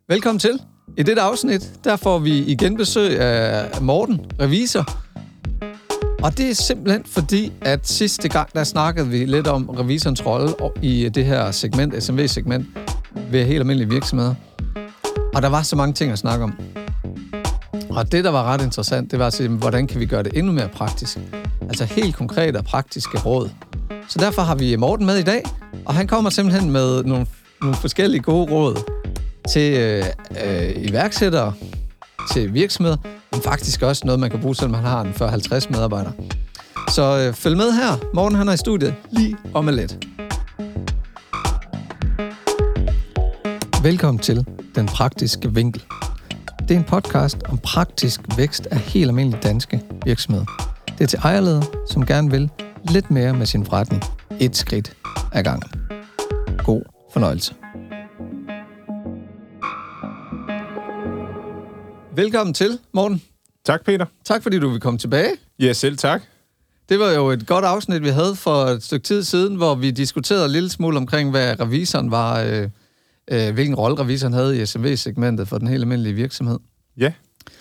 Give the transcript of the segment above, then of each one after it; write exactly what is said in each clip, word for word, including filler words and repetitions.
Velkommen til. I dette afsnit, der får vi igen besøg af Morten, revisor. Og det er simpelthen fordi, at sidste gang, der snakkede vi lidt om revisorens rolle i det her segment, S M V-segment, ved helt almindelige virksomheder. Og der var så mange ting at snakke om. Og det, der var ret interessant, det var at se, hvordan kan vi gøre det endnu mere praktisk. Altså helt konkrete og praktiske råd. Så derfor har vi Morten med i dag, og han kommer simpelthen med nogle, nogle forskellige gode råd til øh, øh, iværksættere, til virksomheder, men faktisk også noget, man kan bruge, selvom man har en fyrre til halvtreds medarbejdere. Så øh, følg med her. Morten, han er i studiet lige om lidt. Velkommen til Den Praktiske Vinkel. Det er en podcast om praktisk vækst af helt almindelige danske virksomheder. Det er til ejerledere, som gerne vil lidt mere med sin forretning. Et skridt ad gangen. God fornøjelse. Velkommen til, Morten. Tak, Peter. Tak, fordi du vil komme tilbage. Ja, selv tak. Det var jo et godt afsnit, vi havde for et stykke tid siden, hvor vi diskuterede en lille smule omkring, hvad revisoren var, øh, øh, hvilken rolle revisoren havde i S M V-segmentet for den helt almindelige virksomhed. Ja.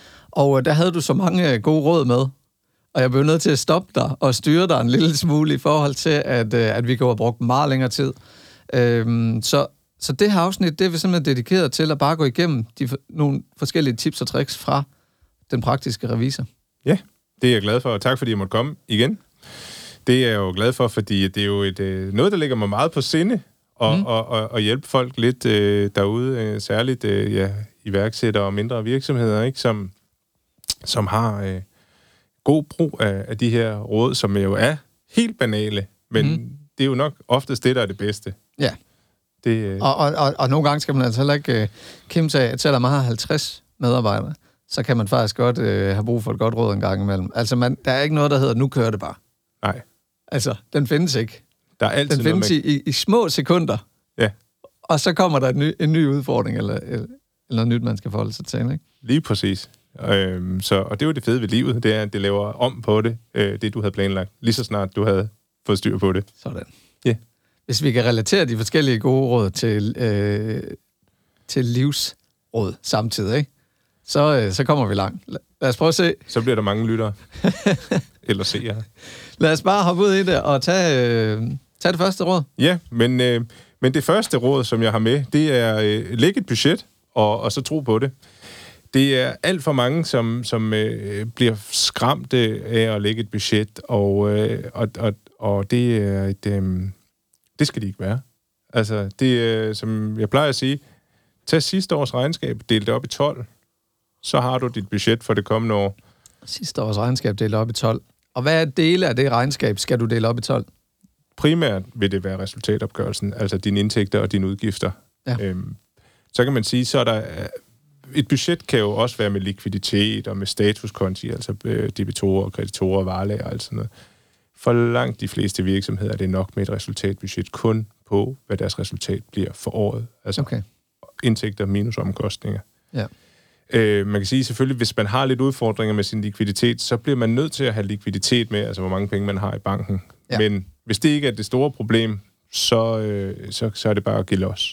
Og øh, der havde du så mange øh, gode råd med, og jeg blev nødt til at stoppe dig og styre dig en lille smule i forhold til, at, øh, at vi kunne have brugt meget længere tid. Øh, så Så det her afsnit, det er vi simpelthen dedikeret til at bare gå igennem de, nogle forskellige tips og tricks fra den praktiske revisor. Ja, det er jeg glad for, og tak fordi jeg måtte komme igen. Det er jeg jo glad for, fordi det er jo et, øh, noget, der ligger mig meget på sinde, og, mm. og, og, og hjælpe folk lidt øh, derude, øh, særligt øh, ja, iværksættere og mindre virksomheder, ikke, som, som har øh, god brug af, af de her råd, som jo er helt banale, men mm. det er jo nok oftest det, der er det bedste. Ja. Det, øh... og, og, og, og nogle gange skal man altså heller ikke øh, kæmpe sig af, at selvom man har halvtreds medarbejdere, så kan man faktisk godt øh, have brug for et godt råd en gang imellem. Altså, man, der er ikke noget, der hedder, nu kører det bare. Nej. Altså, den findes ikke. Der er altid den findes noget med... i, i små sekunder. Ja. Og så kommer der en ny, en ny udfordring, eller, eller noget nyt, man skal forholde sig til, ikke? Lige præcis. Øhm, så, og det er jo det fede ved livet, det er, at det laver om på det, øh, det du havde planlagt, lige så snart du havde fået styr på det. Sådan. Ja. Hvis vi kan relatere de forskellige gode råd til, øh, til livsråd samtidig, ikke? Så, øh, så kommer vi langt. Lad os prøve at se. Så bliver der mange lyttere. Eller seere. Lad os bare hoppe ud i det og tage, øh, tage det første råd. Ja, men, øh, men det første råd, som jeg har med, det er øh, læg et budget, og, og så tro på det. Det er alt for mange, som, som øh, bliver skræmte af at lægge et budget, og, øh, og, og, og det er et... Øh, Det skal de ikke være. Altså, det er, som jeg plejer at sige, tag sidste års regnskab, del det op i tolv, så har du dit budget for det kommende år. Sidste års regnskab delt op i tolv. Og hvad er dele af det regnskab, skal du dele op i tolv? Primært vil det være resultatopgørelsen, altså dine indtægter og dine udgifter. Ja. Øhm, så kan man sige, så er der... Et budget kan jo også være med likviditet og med statuskonti, altså debitorer, kreditorer, varelager og alt sådan noget. For langt de fleste virksomheder er det nok med et resultatbudget kun på, hvad deres resultat bliver for året. Altså okay. Indtægter minus omkostninger. Ja. Øh, man kan sige selvfølgelig, hvis man har lidt udfordringer med sin likviditet, så bliver man nødt til at have likviditet med, altså hvor mange penge man har i banken. Ja. Men hvis det ikke er det store problem, så, øh, så, så er det bare at give los.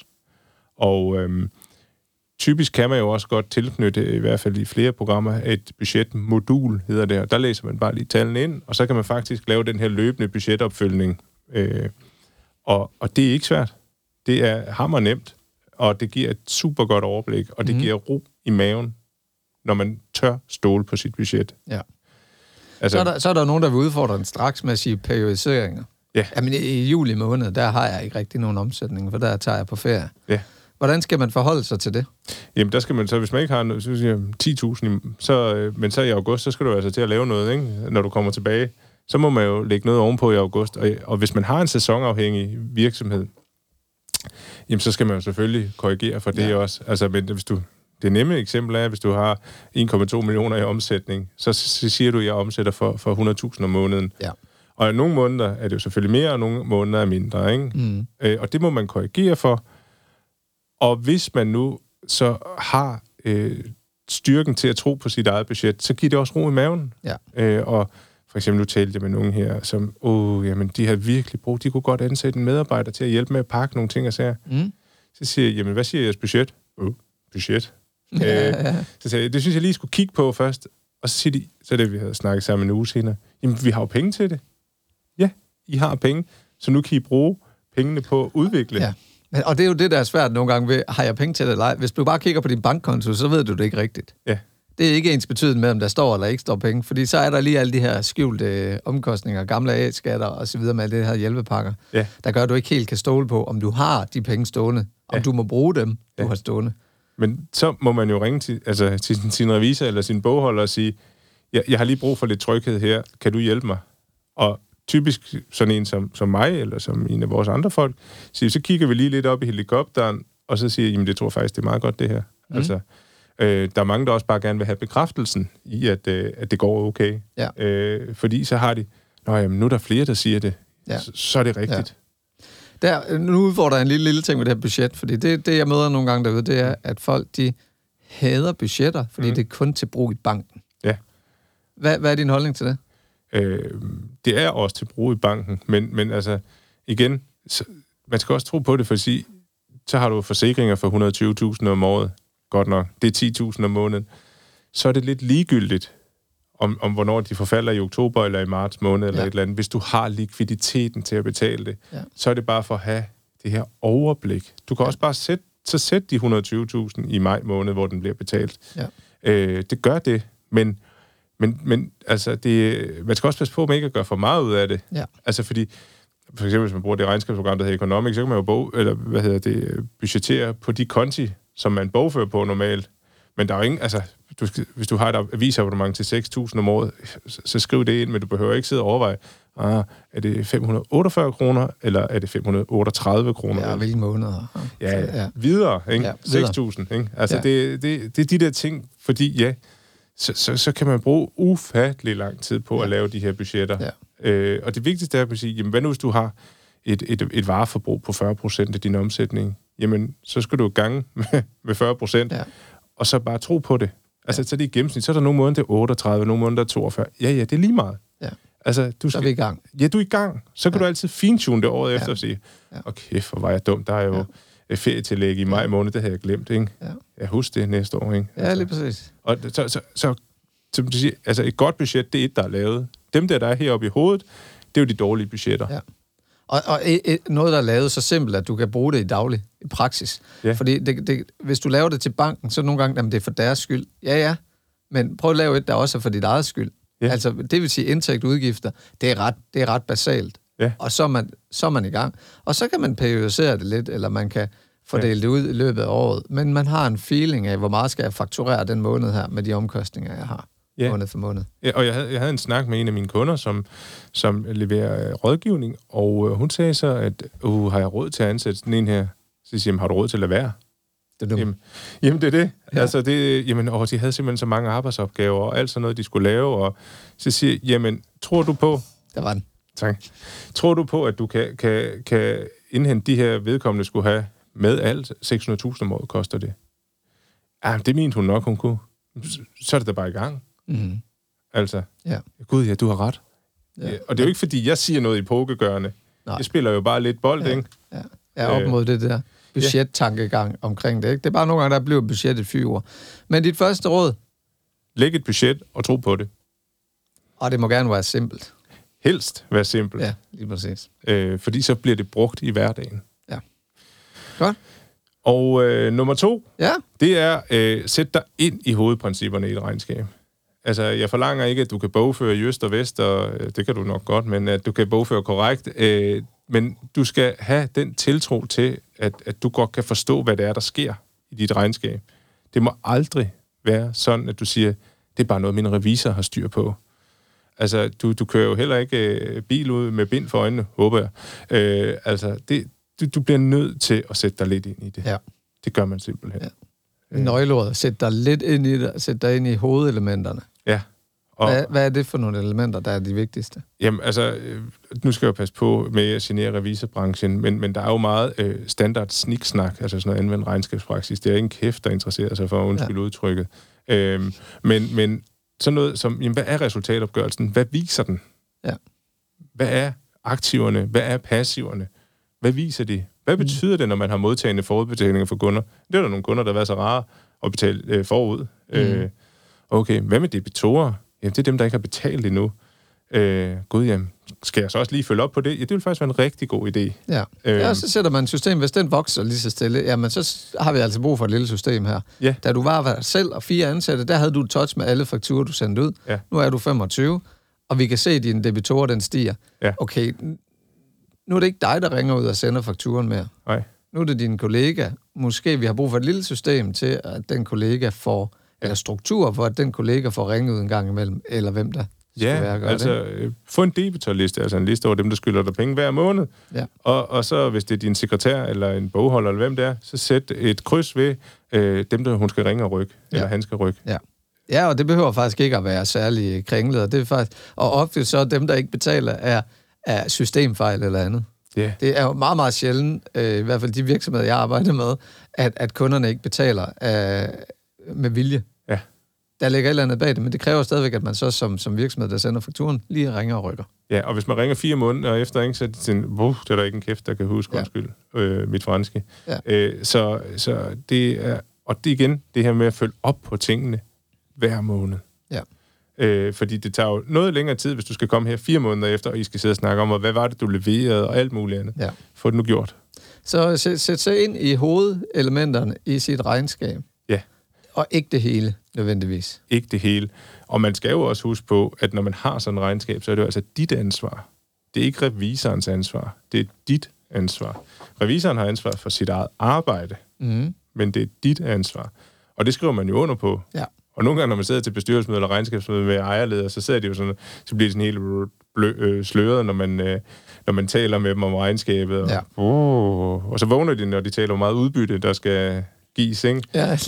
Og øh, typisk kan man jo også godt tilknytte, i hvert fald i flere programmer, et budgetmodul, hedder det, og der læser man bare lige tallene ind, og så kan man faktisk lave den her løbende budgetopfølgning. Øh, og, og det er ikke svært. Det er hammernemt, og det giver et super godt overblik, og det mm. giver ro i maven, når man tør stole på sit budget. Ja. Altså, så, er der, så er der nogen, der vil udfordre den straks med at sige periodiseringer. Ja. Jamen, i juli måned, der har jeg ikke rigtig nogen omsætning, for der tager jeg på ferie. Ja. Hvordan skal man forholde sig til det? Jamen, der skal man så, hvis man ikke har noget, så siger ti tusind, så, men så i august, så skal du altså til at lave noget, ikke? Når du kommer tilbage. Så må man jo lægge noget ovenpå i august. Og, og hvis man har en sæsonafhængig virksomhed, jamen, så skal man jo selvfølgelig korrigere for det ja. også. Altså, men hvis du, det nemme eksempel er, hvis du har en komma to millioner i omsætning, så, så siger du, at jeg omsætter for, for hundrede tusind om måneden. Ja. Og i nogle måneder er det jo selvfølgelig mere, og nogle måneder er mindre, ikke? Mm. Øh, og det må man korrigere for. Og hvis man nu så har øh, styrken til at tro på sit eget budget, så giver det også ro i maven. Ja. Øh, og for eksempel nu talte jeg med nogen her, som, åh, jamen, de har virkelig brug, de kunne godt ansætte en medarbejder til at hjælpe med at pakke nogle ting og sager. Mm. Så siger jeg, jamen, hvad siger jeres budget? Uh, budget. Ja, øh, ja. Så sagde jeg, det synes jeg lige skulle kigge på først. Og så siger de, så det vi havde snakket sammen en uge senere, jamen vi har jo penge til det. Ja, I har penge, så nu kan I bruge pengene på at udvikle. Ja. Men, og det er jo det, der er svært nogle gange ved, har jeg penge til det eller ej? Hvis du bare kigger på din bankkonto, så ved du det ikke rigtigt. Ja. Det er ikke ens betydende med, om der står eller ikke står penge, fordi så er der lige alle de her skjulte øh, omkostninger, gamle A-skatter og så videre med alle det her hjælpepakker, Ja. der gør, at du ikke helt kan stole på, om du har de penge stående, om Ja. du må bruge dem, du Ja. har stående. Men så må man jo ringe til, altså, til sin, sin revisor eller sin bogholder og sige, jeg, jeg har lige brug for lidt tryghed her, kan du hjælpe mig? Og typisk sådan en som, som mig, eller som en af vores andre folk, siger, så kigger vi lige lidt op i helikopteren, og så siger jeg, jamen det tror jeg faktisk, det er meget godt det her. Mm. Altså, øh, der er mange, der også bare gerne vil have bekræftelsen i, at, øh, at det går okay. Ja. Øh, fordi så har de, nå jamen, nu er der flere, der siger det. Ja. Så, så er det rigtigt. Ja. Der, nu udfordrer jeg en lille, lille ting med det her budget, fordi det, det, jeg møder nogle gange derude, det er, at folk, de hader budgetter, fordi mm. det er kun til brug i banken. Ja. Hvad, hvad er din holdning til det? Øh, det er også til brug i banken, men, men altså, igen, så, man skal også tro på det, for at sige, så har du forsikringer for et hundrede og tyve tusind om året, godt nok, det er ti tusind om måneden, så er det lidt ligegyldigt, om, om hvornår de forfalder i oktober eller i marts måned, eller ja. et eller andet. Hvis du har likviditeten til at betale det, ja. så er det bare for at have det her overblik. Du kan ja. også bare sætte, så sætte de et hundrede og tyve tusind i maj måned, hvor den bliver betalt. Ja. Øh, det gør det, men Men, men altså, det, man skal også passe på, at man ikke gør for meget ud af det. Ja. Altså, fordi, for eksempel, hvis man bruger det regnskabsprogram, der hedder Economics, så kan man jo bog, eller, hvad hedder det, budgettere på de konti, som man bogfører på normalt. Men der er jo ingen, altså, du skal, hvis du har et avisabonnement til seks tusind om året, så, så skriv det ind, men du behøver ikke sidde og overveje, ah, er det fem hundrede og otteogfyrre kroner, eller er det fem hundrede og otteogtredive kroner? Ja, hvilke måneder? Ja, ja, ja. videre, ikke? Ja, seks tusind, ikke? Altså, ja. det, det, det er de der ting, fordi, ja, Så, så, så kan man bruge ufattelig lang tid på ja. at lave de her budgetter. Ja. Øh, og det vigtigste er at sige, jamen, hvad nu hvis du har et, et, et vareforbrug på fyrre procent af din omsætning? Jamen, så skal du gange med, med fyrre procent, ja. og så bare tro på det. Altså, ja. så det er i gennemsnit. Så er der nogle måneder, det er otteogtredive, nogle måneder, der er toogfyrre. Ja, ja, det er lige meget. Ja. Altså, du skal, så er vi i gang. Ja, du er i gang. Så kan ja. du altid fintune det året efter ja. og sige, ja. okay, hvor var jeg dum, der er jo... Ja. ferietillæg i maj måned, det havde jeg glemt, ikke? Ja. Jeg husker det næste år, ikke? Ja, lige præcis. Og så, så, så som du siger, altså et godt budget, det er et, der er lavet. Dem der, der er heroppe i hovedet, det er jo de dårlige budgetter. Ja. Og, og et, noget, der er lavet så simpelt, at du kan bruge det i daglig, i praksis. Ja. Fordi det, det, hvis du laver det til banken, så nogle gange, jamen, det er for deres skyld. Ja, ja. Men prøv at lave et, der også er for dit eget skyld. Ja. Altså, det vil sige indtægt og udgifter. Det er ret, det er ret basalt. Ja. Og så er, man, så er man i gang. Og så kan man periodisere det lidt, eller man kan fordele ja. det ud i løbet af året. Men man har en feeling af, hvor meget skal jeg fakturere den måned her, med de omkostninger, jeg har. Ja. Måned for måned. Ja, og jeg havde, jeg havde en snak med en af mine kunder, som, som leverer rådgivning, og øh, hun sagde så, at uh, har jeg råd til at ansætte sådan en her? Så siger jeg, har du råd til at lade være? Det er jamen, jamen, det er det. Ja. Altså, det jamen, og de havde simpelthen så mange arbejdsopgaver, og alt sådan noget, de skulle lave, og så siger jeg, jamen, tror du på... Der var den. Tak. Tror du på, at du kan, kan, kan indhente de her vedkommende skulle have med alt? seks hundrede tusind om året koster det. Ja, det mente hun nok, hun kunne. Så er det da bare i gang. Mm. Altså, ja. Gud, ja, du har ret. Ja. Ja, og det er jo ikke, fordi jeg siger noget i pokegørende. Nej. Jeg spiller jo bare lidt bold, ja. ikke? Ja, ja op mod det der budgettankegang omkring det, ikke? Det er bare nogle gange, der bliver budgettet fyre. Men dit første råd? Læg et budget og tro på det. Og det må gerne være simpelt. Helst være simpelt. Ja, lige præcis. Øh, fordi så bliver det brugt i hverdagen. Ja. Godt. Og øh, nummer to, ja. det er, øh, sæt dig ind i hovedprincipperne i et regnskab. Altså, jeg forlanger ikke, at du kan bogføre i øst og vest, og øh, det kan du nok godt, men at du kan bogføre korrekt. Øh, men du skal have den tiltro til, at, at du godt kan forstå, hvad det er, der sker i dit regnskab. Det må aldrig være sådan, at du siger, det er bare noget, min revisor har styr på. Altså, du, du kører jo heller ikke øh, bil ud med bind for øjnene, håber jeg. Øh, altså, det, du, du bliver nødt til at sætte dig lidt ind i det. Ja. Det gør man simpelthen. Ja. Nøgleordet. Sæt dig lidt ind i det. Sæt dig ind i hovedelementerne. Ja. Og, hvad, hvad er det for nogle elementer, der er de vigtigste? Jamen, altså, nu skal jeg jo passe på med at genere revisorbranchen, men, men der er jo meget øh, standard sniksnak, altså sådan noget anvendt regnskabspraksis. Det er ingen kæft, der interesserer sig for at undskylde ja. udtrykket. Øhm, men, men sådan noget som, jamen, hvad er resultatopgørelsen? Hvad viser den? Ja. Hvad er aktiverne? Hvad er passiverne? Hvad viser de? Hvad betyder mm. det, når man har modtagende forudbetalinger for kunder? Det er der nogle kunder, der har været så rare at betale øh, forud. Mm. Øh, okay, hvad med debitorer? Jamen, det er dem, der ikke har betalt endnu. Øh, Gud, jamen, skal jeg så også lige følge op på det? Ja, det vil faktisk være en rigtig god idé. Ja, øh, ja, så sætter man et system, hvis den vokser lige så stille, jamen så har vi altså brug for et lille system her. Ja. Da du var selv og fire ansatte, der havde du et touch med alle fakturer, du sendte ud. Ja. Nu er du femogtyve, og vi kan se, at dine debitorer, den stiger. Ja. Okay, nu er det ikke dig, der ringer ud og sender fakturen mere. Nej. Nu er det din kollega. Måske vi har brug for et lille system til, at den kollega får, eller struktur for, at den kollega får ringet ud en gang imellem, eller hvem der skal ja, være. Ja, altså øh, få en debitorliste, altså en liste over dem, der skylder dig penge hver måned. Ja. Og, og så, hvis det er din sekretær, eller en bogholder, eller hvem det er, så sæt et kryds ved øh, dem, der hun skal ringe og rykke, ja. eller han skal rykke. Ja. Ja, og det behøver faktisk ikke at være særlig kringlet. Det er faktisk, og ofte så dem, der ikke betaler, er, er systemfejl eller andet. Yeah. Det er jo meget, meget sjældent, øh, i hvert fald de virksomheder, jeg arbejder med, at, at kunderne ikke betaler øh, med vilje. Ja. Der ligger et eller andet bag det, men det kræver stadigvæk, at man så som, som virksomhed, der sender fakturen, lige ringer og rykker. Ja, og hvis man ringer fire måneder efter, ikke, så er det sådan, det er der ikke en kæft, der kan huske, ja. undskyld, øh, mit franske. Ja. Øh, så, så det er, og det igen, det her med at følge op på tingene hver måned. Ja. Øh, fordi det tager jo noget længere tid, hvis du skal komme her fire måneder efter, og I skal sidde og snakke om, hvad var det, du leverede, og alt muligt andet. Ja. Få det nu gjort. Så sæt, sæt sig ind i hovedelementerne i sit regnskab. Ja. Og ikke det hele, nødvendigvis. Ikke det hele. Og man skal jo også huske på, at når man har sådan et regnskab, så er det jo altså dit ansvar. Det er ikke revisorens ansvar. Det er dit ansvar. Revisoren har ansvar for sit eget arbejde, mm. men det er dit ansvar. Og det skriver man jo under på. Ja. Og nogle gange, når man sidder til bestyrelsesmøde eller regnskabsmøde med ejerledere, så sidder de jo sådan, så bliver det sådan helt blø, øh, sløret, når man, øh, når man taler med dem om regnskabet. Og, ja. oh, og så vågner de, når de taler om meget udbytte, der skal gives, ikke? Ja,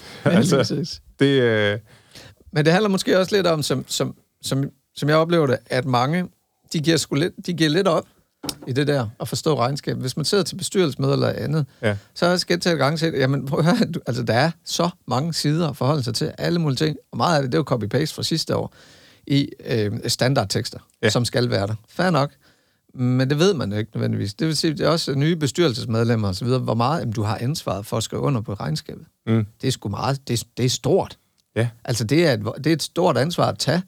altså, det, øh... Men det handler måske også lidt om, som, som, som, som jeg oplever det, at mange, de giver, sgu lidt, de giver lidt op i det der, at forstå regnskab. Hvis man sidder til bestyrelsesmøder eller andet, ja. så har jeg gentaget gange set, jamen prøv at høre, altså der er så mange sider at forholde sig til, alle mulige ting, og meget af det, det er jo copy-paste fra sidste år, i øh, standardtekster, ja. som skal være der. Fair nok, men det ved man jo ikke nødvendigvis. Det vil sige, det er også nye bestyrelsesmedlemmer og så videre, hvor meget jamen, du har ansvaret for at skrive under på regnskabet. Mm. Det er sgu meget, det er, det er stort. Ja. Altså det er, et, det er et stort ansvar at tage.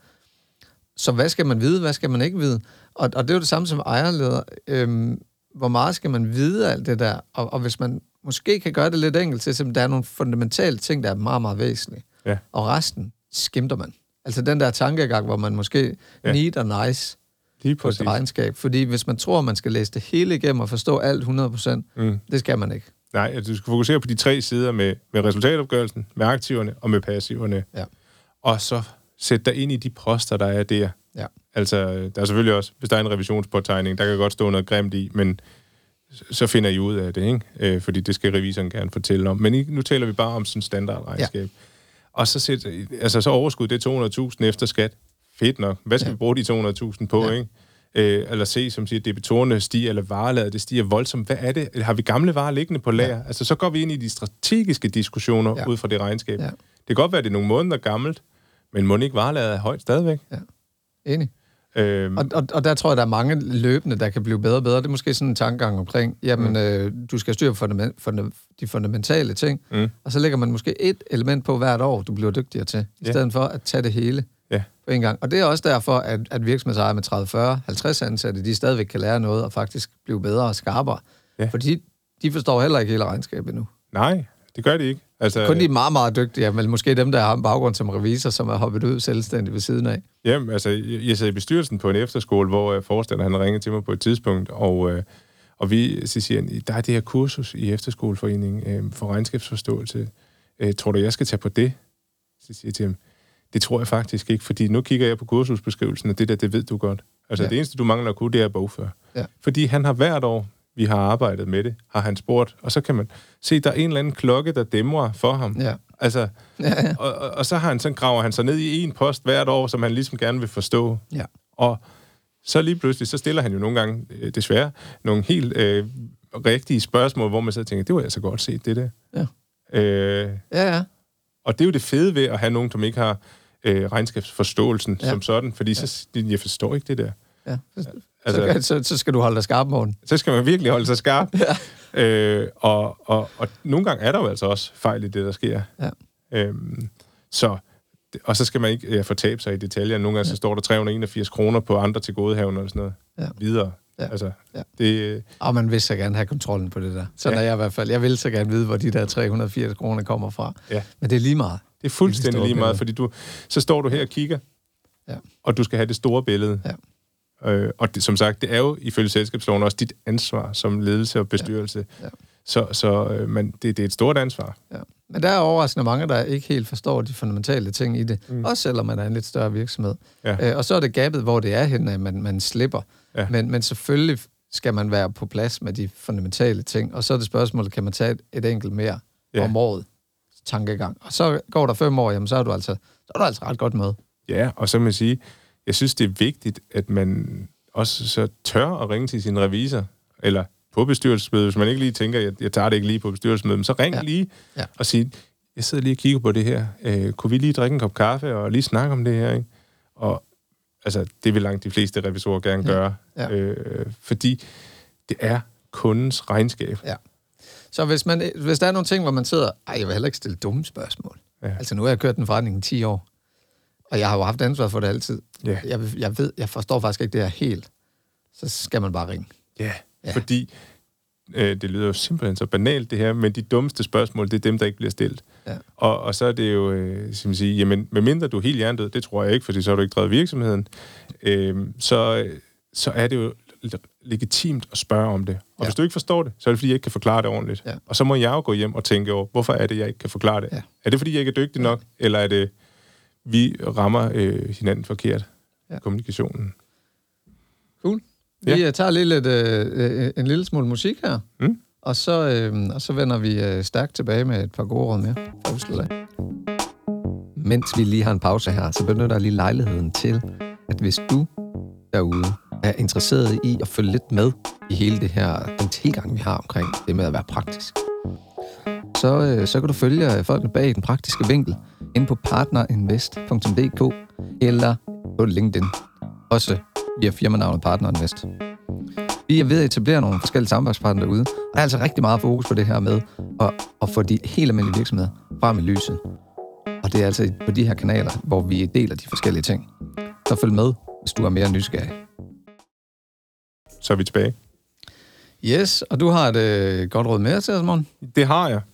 Så hvad skal man vide, hvad skal man ikke vide? Og, og det er jo det samme som ejerleder. Øhm, hvor meget skal man vide af alt det der? Og, og hvis man måske kan gøre det lidt enkelt til, så der er nogle fundamentale ting, der er meget, meget væsentlige. Ja. Og resten skimter man. Altså den der tankegang, hvor man måske ja. need og nice lige på sit regnskab. Fordi hvis man tror, man skal læse det hele igennem og forstå alt hundrede procent, mm. det skal man ikke. Nej, altså, du skal fokusere på de tre sider med, med resultatopgørelsen, med aktiverne og med passiverne. Ja. Og så sæt dig ind i de poster, der er der. Ja. Altså, der er selvfølgelig også, hvis der er en revisionspåtegning, der kan godt stå noget grimt i, men så finder I ud af det, ikke? Øh, fordi det skal revisoren gerne fortælle om. Men nu taler vi bare om sådan en standardregnskab. Ja. Og så, sæt, altså, så overskud, det er to hundrede tusind efter skat. Fedt nok. Hvad skal ja. vi bruge de to hundrede tusind på, ja. ikke? Øh, eller se, som siger, debitorerne stiger, eller varelaget, det stiger voldsomt. Hvad er det? Har vi gamle varer liggende på lager? Ja. Altså, så går vi ind i de strategiske diskussioner ja. ud fra det regnskab. Ja. Det kan godt være, at det er nogle måneder gammelt, men må ikke varelaget er højt stadigvæk? Ja, enig. Øhm. Og, og, og der tror jeg, der er mange løbende, der kan blive bedre og bedre. Det er måske sådan en tankegang omkring, jamen, mm. øh, du skal styre fundament, funda, de fundamentale ting, mm. og så lægger man måske et element på hvert år, du bliver dygtigere til, i ja. stedet for at tage det hele ja. på en gang. Og det er også derfor, at, at virksomhedsejere med tredive, fyrre, halvtreds ansatte, de stadigvæk kan lære noget og faktisk blive bedre og skarpere. Ja. Fordi de forstår heller ikke hele regnskabet endnu. Nej, det gør de ikke. Altså, kun de er meget, meget dygtige, men måske dem, der har en baggrund som revisor, som er hoppet ud selvstændigt ved siden af. Jamen, altså, jeg sad i bestyrelsen på en efterskole, hvor forstanderen han ringede til mig på et tidspunkt, og, og vi så siger, der er det her kursus i efterskoleforeningen for regnskabsforståelse. Tror du, jeg skal tage på det? Så siger jeg til ham, det tror jeg faktisk ikke, fordi nu kigger jeg på kursusbeskrivelsen, og det der, det ved du godt. Altså, ja. det eneste, du mangler at kunne, det er bogfør. Ja. Fordi han har hvert år, vi har arbejdet med det, har han spurgt, og så kan man se, der er en eller anden klokke, der dæmrer for ham. Ja. Altså, ja, ja. Og, og, og så har han, så graver han sig ned i en post hvert år, som han ligesom gerne vil forstå. Ja. Og så lige pludselig, så stiller han jo nogle gange, desværre, nogle helt øh, rigtige spørgsmål, hvor man så tænker, det var jeg så godt set, det der. Ja. Øh, ja, ja. Og det er jo det fede ved at have nogen, som ikke har øh, regnskabsforståelsen ja. som sådan, fordi ja. så, jeg forstår ikke det der. Ja. Altså, så, så, så skal du holde dig skarp, Morten. Så skal man virkelig holde sig skarp. Ja. Øh, og, og, og nogle gange er der jo altså også fejl i det, der sker. Ja. Øhm, så, og så skal man ikke ja, fortabe sig i detaljer. Nogle gange ja. så står der tre hundrede og enogfirs kroner på andre til godehavn og sådan noget. Ja. Videre. Ja. Altså, ja. det, og man vil så gerne have kontrollen på det der. Sådan ja. er jeg i hvert fald. Jeg vil så gerne vide, hvor de der tre hundrede og firs kroner kommer fra. Ja. Men det er lige meget. Det er fuldstændig lige meget, fordi du, så står du her og kigger, ja. og du skal have det store billede. Ja. Øh, og det, som sagt, det er jo ifølge selskabsloven også dit ansvar som ledelse og bestyrelse. Ja. Ja. Så, så øh, man, det, det er et stort ansvar. Ja. Men der er overraskende mange, der ikke helt forstår de fundamentale ting i det. Mm. Også selvom man er en lidt større virksomhed. Ja. Øh, og så er det gabet, hvor det er henne, at man, man slipper. Ja. Men, men selvfølgelig skal man være på plads med de fundamentale ting. Og så er det spørgsmålet, kan man tage et, et enkelt mere ja. om året tankegang. Og så går der fem år, jamen så er du altså, så er du altså ret godt med. Ja, og så må jeg sige, jeg synes, det er vigtigt, at man også så tør at ringe til sin revisor, eller på bestyrelsesmødet, hvis man ikke lige tænker, jeg, jeg tager det ikke lige på bestyrelsesmødet, men så ring ja. lige ja. og sig, jeg sidder lige og kigger på det her. Øh, kunne vi lige drikke en kop kaffe og lige snakke om det her? Ikke? Og altså, det vil langt de fleste revisorer gerne ja. gøre, ja. Øh, fordi det er kundens regnskab. Ja. Så hvis, man, hvis der er nogle ting, hvor man sidder, ej, jeg vil heller ikke stille dumme spørgsmål. Ja. Altså, nu har jeg kørt den forretning i ti år, og jeg har jo haft ansvar for det altid. Ja. Jeg, jeg ved, jeg forstår faktisk ikke det her helt. Så skal man bare ringe. Ja, ja. fordi øh, det lyder jo simpelthen så banalt, det her, men de dummeste spørgsmål, det er dem, der ikke bliver stillet. Ja. Og, og så er det jo, øh, som sige, jamen, medmindre du er helt hjernedød, det tror jeg ikke, fordi så har du ikke drevet virksomheden, øh, så, så er det jo legitimt at spørge om det. Og ja. hvis du ikke forstår det, så er det, fordi jeg ikke kan forklare det ordentligt. Ja. Og så må jeg jo gå hjem og tænke over, hvorfor er det, jeg ikke kan forklare det? Ja. Er det, fordi jeg ikke er dygtig nok, ja. eller er det, vi rammer øh, hinanden forkert? Ja. Kommunikationen. Cool. Vi ja. tager lige lidt, øh, en lille smule musik her, mm. og, så, øh, og så vender vi øh, stærkt tilbage med et par gode råd mere. Mens vi lige har en pause her, så benytter jeg lige lejligheden til, at hvis du derude er interesseret i at følge lidt med i hele det her, den tilgang, vi har omkring det med at være praktisk, så, øh, så kan du følge folkene bag den praktiske vinkel inde på partnerinvest punktum d k eller på LinkedIn, også via firmanavnet Partnerinvest. Vi er ved at etablere nogle forskellige samarbejdspartnere derude, og der er altså rigtig meget fokus på det her med at, at få de helt almindelige virksomheder frem i lyset. Og det er altså på de her kanaler, hvor vi deler de forskellige ting. Så følg med, hvis du er mere nysgerrig. Så er vi tilbage. Yes, og du har et øh, godt råd med til os, Morten? Det har jeg.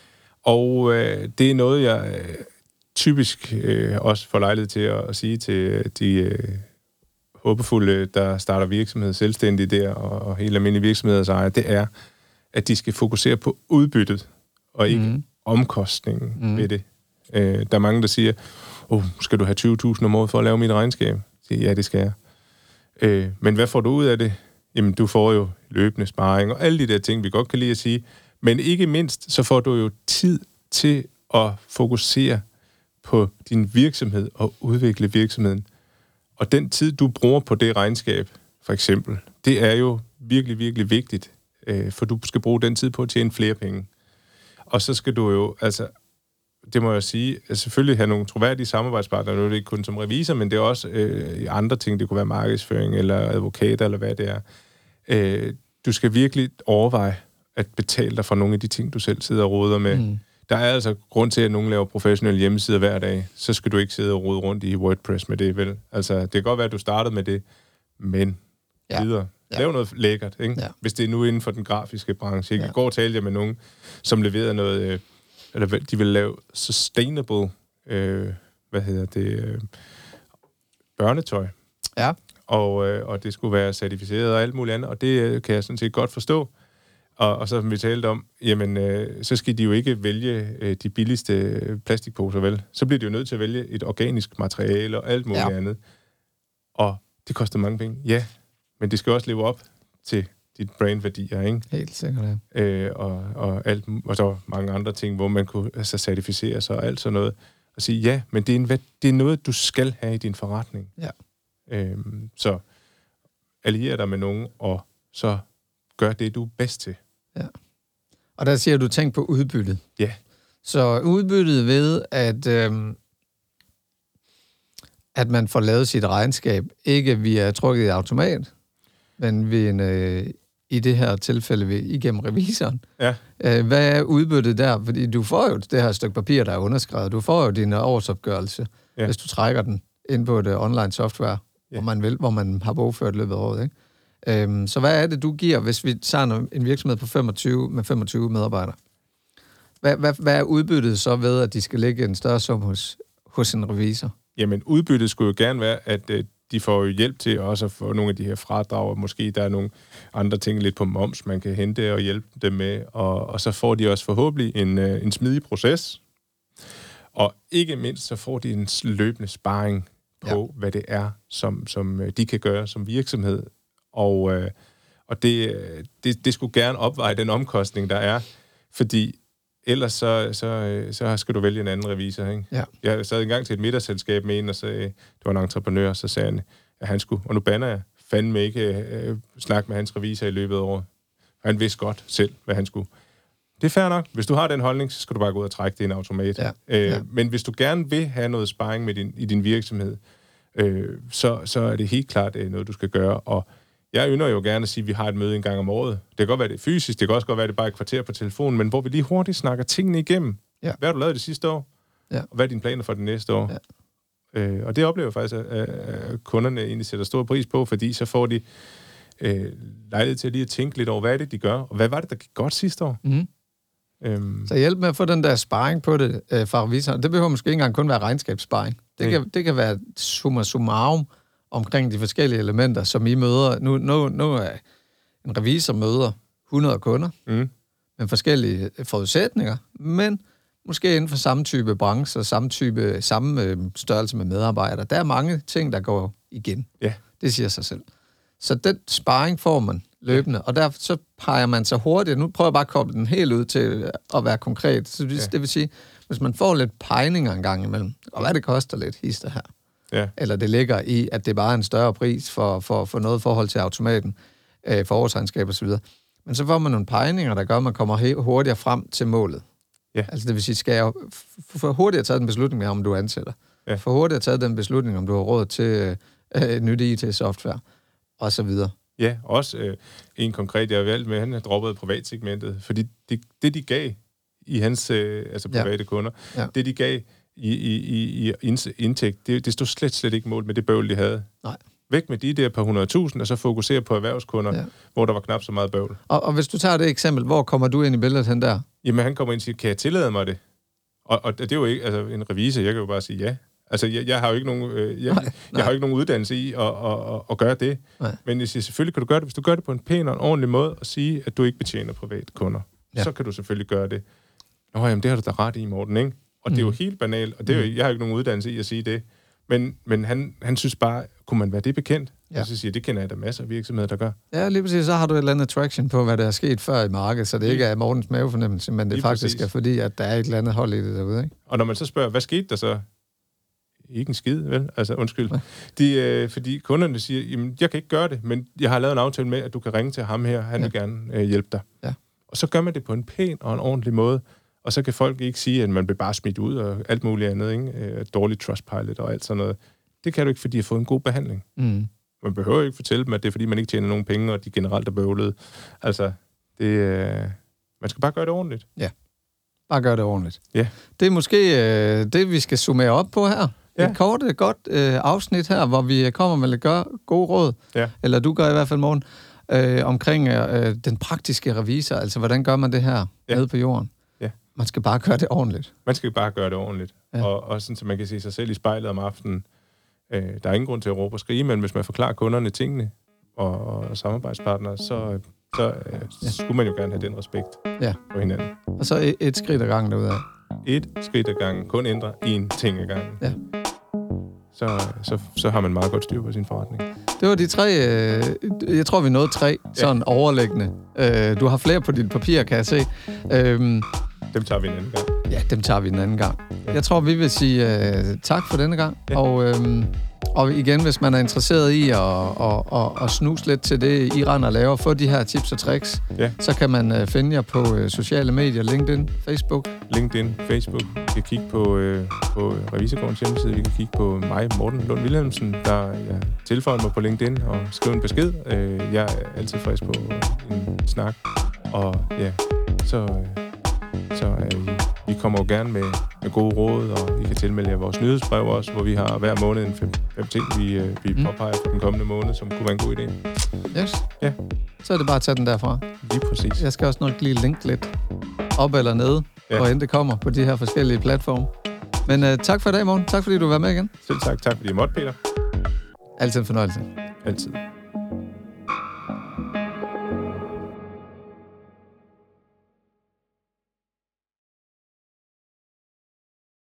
Og øh, det er noget, jeg øh, typisk øh, også får lejlighed til at, at sige til de øh, håbefulde, der starter virksomhed selvstændigt der, og, og hele almindelige virksomheders ejer, det er, at de skal fokusere på udbyttet, og ikke mm. omkostningen mm. ved det. Øh, der er mange, der siger, oh, skal du have tyve tusind om året for at lave mit regnskab? Jeg siger, ja, det skal jeg. Øh, men hvad får du ud af det? Jamen, du får jo løbende sparring, og alle de der ting, vi godt kan lide at sige. Men ikke mindst, så får du jo tid til at fokusere på din virksomhed og udvikle virksomheden. Og den tid, du bruger på det regnskab, for eksempel, det er jo virkelig, virkelig vigtigt, øh, for du skal bruge den tid på at tjene flere penge. Og så skal du jo, altså, det må jeg sige, selvfølgelig have nogle troværdige samarbejdspartnere, nu er det ikke kun som revisor, men det er også øh, andre ting, det kunne være markedsføring, eller advokater, eller hvad det er. Øh, du skal virkelig overveje at betale dig for nogle af de ting, du selv sidder og roder med. Mm. Der er altså grund til, at nogen laver professionelle hjemmesider hver dag, så skal du ikke sidde og rode rundt i WordPress med det, vel? Altså, det kan godt være, at du startede med det, men ja. videre. Ja. Lav noget lækkert, ikke? Ja. Hvis det er nu inden for den grafiske branche. I går talte jeg med nogen, som leverede noget, øh, eller de vil lave sustainable, øh, hvad hedder det, øh, børnetøj. Ja. Og, øh, og det skulle være certificeret og alt muligt andet, og det øh, kan jeg sådan set godt forstå. Og, og så som vi talte om, jamen, øh, så skal de jo ikke vælge øh, de billigste plastikposer, vel? Så bliver de jo nødt til at vælge et organisk materiale og alt muligt ja. andet. Og det koster mange penge, ja. Men det skal også leve op til dit brandværdier, ikke? Helt sikkert, ja. Øh, og, og, alt, og så mange andre ting, hvor man kunne altså, certificere sig og alt sådan noget. Og sige, ja, men det er, en, det er noget, du skal have i din forretning. Ja. Øh, så allier dig med nogen, og så gør det, du er bedst til. Ja. Og der siger du, tænk på udbyttet. Ja. Så udbyttet ved, at, øhm, at man får lavet sit regnskab, ikke via trykket i automat, men ved en, øh, i det her tilfælde ved, igennem revisoren. Ja. Øh, hvad er udbyttet der? Fordi du får jo det her stykke papir, der er underskrevet. Du får jo din årsopgørelse, ja. Hvis du trækker den ind på det online software, ja. hvor, man vil, hvor man har bogført løbet af året. Ikke? Øhm, så hvad er det, du giver, hvis vi tager en virksomhed på femogtyve med femogtyve medarbejdere? Hvad, hvad, hvad er udbyttet så ved, at de skal lægge en større sum hos, hos en revisor? Jamen, udbyttet skulle jo gerne være, at øh, de får jo hjælp til også at få nogle af de her fradrag. Måske der er nogle andre ting lidt på moms, man kan hente og hjælpe dem med. Og, og så får de også forhåbentlig en, øh, en smidig proces. Og ikke mindst, så får de en løbende sparring på, ja. hvad det er, som, som de kan gøre som virksomhed. Og, øh, og det, det, det skulle gerne opveje den omkostning, der er. Fordi ellers så, så, så skal du vælge en anden revisor, ikke? Ja. Jeg sad engang til et middagsselskab med en, og sagde, det var en entreprenør, så sagde han, at han skulle, og nu banner jeg, fandme ikke øh, snakke med hans revisor i løbet af året. Han vidste godt selv, hvad han skulle. Det er fair nok. Hvis du har den holdning, så skal du bare gå ud og trække det i en automat. Ja. Øh, ja. Men hvis du gerne vil have noget sparring med din, i din virksomhed, øh, så, så er det helt klart øh, noget, du skal gøre. Og jeg ynder jo gerne at sige, at vi har et møde en gang om året. Det kan godt være, det er fysisk, det kan også godt være, det er bare et kvarter på telefonen, men hvor vi lige hurtigt snakker tingene igennem. Ja. Hvad har du lavet det sidste år? Ja. Og hvad er dine planer for det næste år? Ja. Øh, og det oplever jeg faktisk, at, at kunderne egentlig sætter stor pris på, fordi så får de øh, lejlighed til lige at tænke lidt over, hvad er det, de gør, og hvad var det, der gik godt sidste år? Mm. Øhm. Så hjælp med at få den der sparring på det øh, fra revisoren. Det behøver måske ikke engang kun være regnskabssparring. Det, kan, det kan være summa summarum omkring de forskellige elementer, som I møder. Nu, nu, nu er en revisor møder hundrede kunder mm. med forskellige forudsætninger, men måske inden for samme type branche og samme type, samme størrelse med medarbejdere. Der er mange ting, der går igen. Ja. Det siger sig selv. Så den sparring får man løbende, og derfor så peger man sig hurtigt. Nu prøver jeg bare at koble den helt ud til at være konkret. Så det, ja. det vil sige, hvis man får lidt pegninger en gang imellem, og hvad det koster lidt, hister her, ja. eller det ligger i, at det bare er en større pris for, for, for noget forhold til automaten, øh, for årsregnskab og så videre. Men så får man nogle pegninger, der gør, at man kommer hurtigere frem til målet. Ja. Altså det vil sige, skal jeg for hurtigere tage den beslutning med, om du ansætter. Ja. For hurtigere tage den beslutning, om du har råd til øh, et nyt I T-software, og så videre. Ja, også øh, en konkret, jeg har valgt med, han har droppet privatsegmentet, fordi det, det de gav i hans øh, altså private ja. kunder, ja. det de gav i, i, i, i indtægt, det, det stod slet, slet ikke mål med det bøvl, de havde. Nej. Væk med de der par hundrede tusind, og så fokusere på erhvervskunder, ja. hvor der var knap så meget bøvl. Og, og hvis du tager det eksempel, hvor kommer du ind i billedet hen der? Jamen, han kommer ind og siger, kan jeg tillade mig det? Og, og det er jo ikke, altså en revisor, jeg kan jo bare sige ja. Altså, jeg, jeg har jo ikke nogen, øh, jeg, nej, nej. jeg har jo ikke nogen uddannelse i at, at, at, at gøre det. Nej. Men jeg siger, selvfølgelig kan du gøre det, hvis du gør det på en pæn og en ordentlig måde, og sige, at du ikke betjener private kunder. Ja. Så kan du selvfølgelig gøre det. Nå, jamen, det har du da ret i, Morten, ikke? Og mm. det er jo helt banalt, og det er jo, jeg har jo ikke nogen uddannelse i at sige det. Men, men han, han synes bare, kunne man være det bekendt? Ja. Og så siger det kender jeg da masser af virksomheder, der gør. Ja, lige præcis. Så har du et eller andet traction på, hvad der er sket før i markedet, så det ikke er Mortens mavefornemmelse, men det lige faktisk præcis. Er fordi, at der er et eller andet hold i det derude, ikke? Og når man så spørger, hvad skete der så? Ikke en skid, vel? Altså, undskyld. De, øh, fordi kunderne siger, jamen, jeg kan ikke gøre det, men jeg har lavet en aftale med, at du kan ringe til ham her, han ja. vil gerne øh, hjælpe dig. Ja. Og så gør man det på en pæn og en ordentlig måde, og så kan folk ikke sige, at man bliver bare smidt ud og alt muligt andet, ikke? Øh, dårlig Trustpilot og alt sådan noget. Det kan du ikke, fordi de har fået en god behandling. Mm. Man behøver ikke fortælle dem, at det er, fordi man ikke tjener nogen penge, og de generelt er bøvlede. Altså, det, øh, man skal bare gøre det ordentligt. Ja, bare gøre det ordentligt. Ja. Det er måske øh, det, vi skal summere op på her. Ja. Et kort, et godt øh, afsnit her, hvor vi kommer med lidt gør, gode råd, ja. eller du gør i hvert fald, Morten, øh, omkring øh, den praktiske revisor. Altså, hvordan gør man det her ja. nede på jorden? Ja. Man skal bare gøre det ordentligt. Man skal bare gøre det ordentligt. Ja. Og, og sådan, så man kan se sig selv i spejlet om aftenen. Øh, der er ingen grund til at råbe og skrige, men hvis man forklarer kunderne tingene og, og samarbejdspartnere, så, så øh, ja. skulle man jo gerne have den respekt ja. på hinanden. Og så et, et skridt ad gangen derudad. Et skridt ad gangen. Kun ændre én ting ad gangen. Ja. Så, så, så har man meget godt styr på sin forretning. Det var de tre, øh, jeg tror vi nåede tre, ja. sådan overliggende. Øh, du har flere på dit papir, kan jeg se. Øhm, dem tager vi en anden gang. Ja, dem tager vi en anden gang. Ja. Jeg tror, vi vil sige øh, tak for denne gang, ja. og øh, Og igen, hvis man er interesseret i at, at, at, at snuse lidt til det, I render og laver, få de her tips og tricks, ja. så kan man uh, finde jer på uh, sociale medier, LinkedIn, Facebook. LinkedIn, Facebook. Vi kan kigge på, uh, på Revisorgårdens hjemmeside. Vi kan kigge på mig, Morten Lund Wilhelmsen, der jeg tilføjer mig på LinkedIn og skriver en besked. Uh, jeg er altid frisk på en snak. Og ja, så, uh, så er I, vi kommer jo gerne med, med gode råd, og I kan tilmelde jer vores nyhedsbrev også, hvor vi har hver måned en fem, fem ting, vi, uh, vi mm. påpeger for den kommende måned, som kunne være en god idé. Yes. Ja. Så er det bare at tage den derfra. Lige præcis. Jeg skal også nok lige linke lidt op eller ned, ja. hvor end det kommer på de her forskellige platforme. Men uh, tak for i dag, Morten. Tak fordi du var med igen. Selv tak. Tak fordi I måtte, Peter. Altid en fornøjelse. Altid.